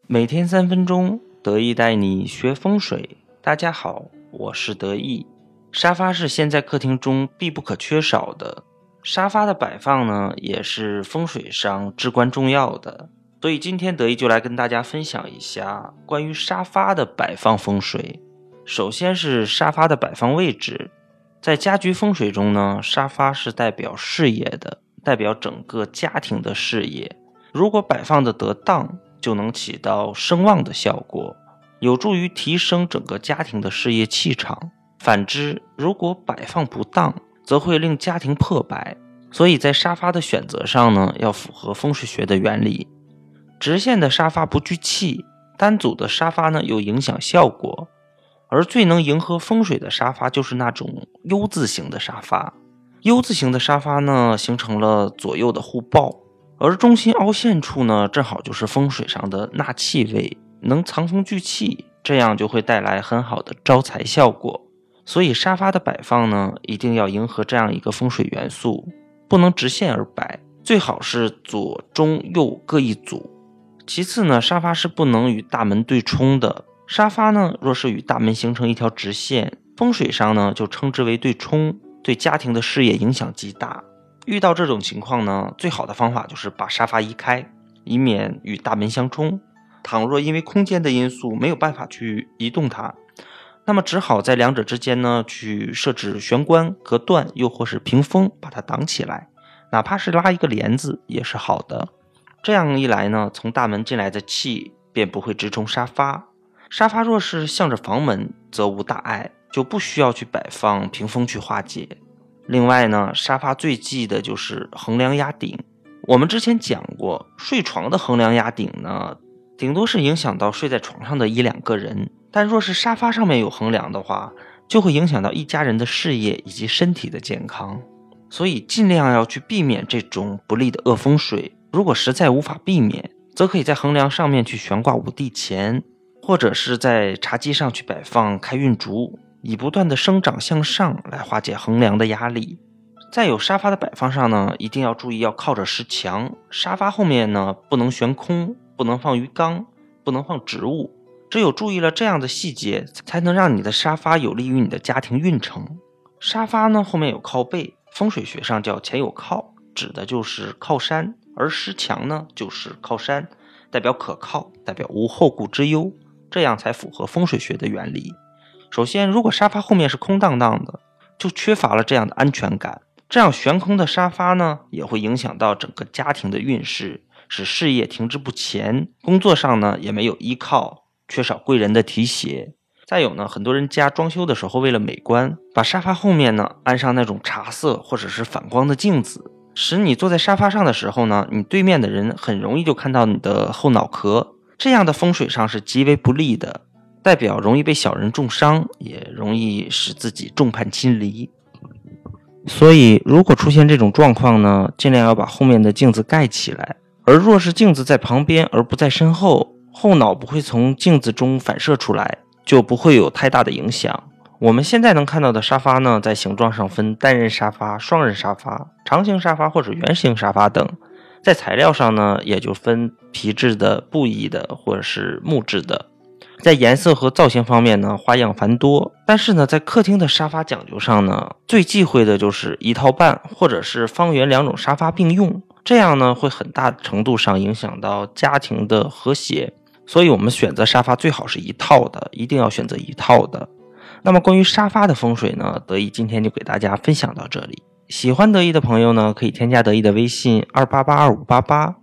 每天3分钟，得意带你学风水。大家好，我是得意。沙发是现在客厅中必不可缺少的，沙发的摆放呢，也是风水上至关重要的。所以今天得意就来跟大家分享一下关于沙发的摆放风水。首先是沙发的摆放位置，在家居风水中呢，沙发是代表事业的，代表整个家庭的事业。如果摆放的得当，就能起到声望的效果，有助于提升整个家庭的事业气场。反之，如果摆放不当，则会令家庭破败。所以在沙发的选择上呢，要符合风水学的原理。直线的沙发不聚气，单组的沙发呢有影响效果。而最能迎合风水的沙发就是那种 U 字形的沙发。U 字形的沙发呢，形成了左右的互抱，而中心凹陷处呢，正好就是风水上的纳气位，能藏风聚气，这样就会带来很好的招财效果。所以沙发的摆放呢，一定要迎合这样一个风水元素，不能直线而摆，最好是左中右各一组。其次呢，沙发是不能与大门对冲的。沙发呢，若是与大门形成一条直线，风水上呢就称之为对冲，对家庭的事业影响极大。遇到这种情况呢，最好的方法就是把沙发移开，以免与大门相冲。倘若因为空间的因素没有办法去移动它，那么只好在两者之间呢去设置玄关、隔断，又或是屏风把它挡起来，哪怕是拉一个帘子也是好的。这样一来呢，从大门进来的气便不会直冲沙发。沙发若是向着房门，则无大碍，就不需要去摆放屏风去化解。另外呢，沙发最忌的就是横梁压顶。我们之前讲过，睡床的横梁压顶呢，顶多是影响到睡在床上的1-2个人，但若是沙发上面有横梁的话，就会影响到一家人的事业以及身体的健康。所以尽量要去避免这种不利的恶风水。如果实在无法避免，则可以在横梁上面去悬挂5帝钱，或者是在茶几上去摆放开运竹，以不断的生长向上来化解横梁的压力。再有沙发的摆放上呢，一定要注意要靠着实墙，沙发后面呢不能悬空，不能放鱼缸，不能放植物。只有注意了这样的细节，才能让你的沙发有利于你的家庭运程。沙发呢后面有靠背，风水学上叫前有靠，指的就是靠山，而实墙呢就是靠山，代表可靠，代表无后顾之忧，这样才符合风水学的原理。首先，如果沙发后面是空荡荡的，就缺乏了这样的安全感。这样悬空的沙发呢，也会影响到整个家庭的运势，使事业停滞不前，工作上呢也没有依靠，缺少贵人的提携。再有呢，很多人家装修的时候为了美观，把沙发后面呢安上那种茶色或者是反光的镜子，使你坐在沙发上的时候呢，你对面的人很容易就看到你的后脑壳，这样的风水上是极为不利的，代表容易被小人重伤，也容易使自己众叛亲离。所以如果出现这种状况呢，尽量要把后面的镜子盖起来，而若是镜子在旁边而不在身后，后脑不会从镜子中反射出来，就不会有太大的影响。我们现在能看到的沙发呢，在形状上分单人沙发、双人沙发、长形沙发或者圆形沙发等。在材料上呢，也就分皮质的、布艺的或者是木质的。在颜色和造型方面呢，花样繁多。但是呢，在客厅的沙发讲究上呢，最忌讳的就是一套半或者是方圆2种沙发并用，这样呢会很大程度上影响到家庭的和谐。所以我们选择沙发最好是一套的，一定要选择一套的。那么关于沙发的风水呢，得意今天就给大家分享到这里。喜欢得意的朋友呢，可以添加得意的微信2882588，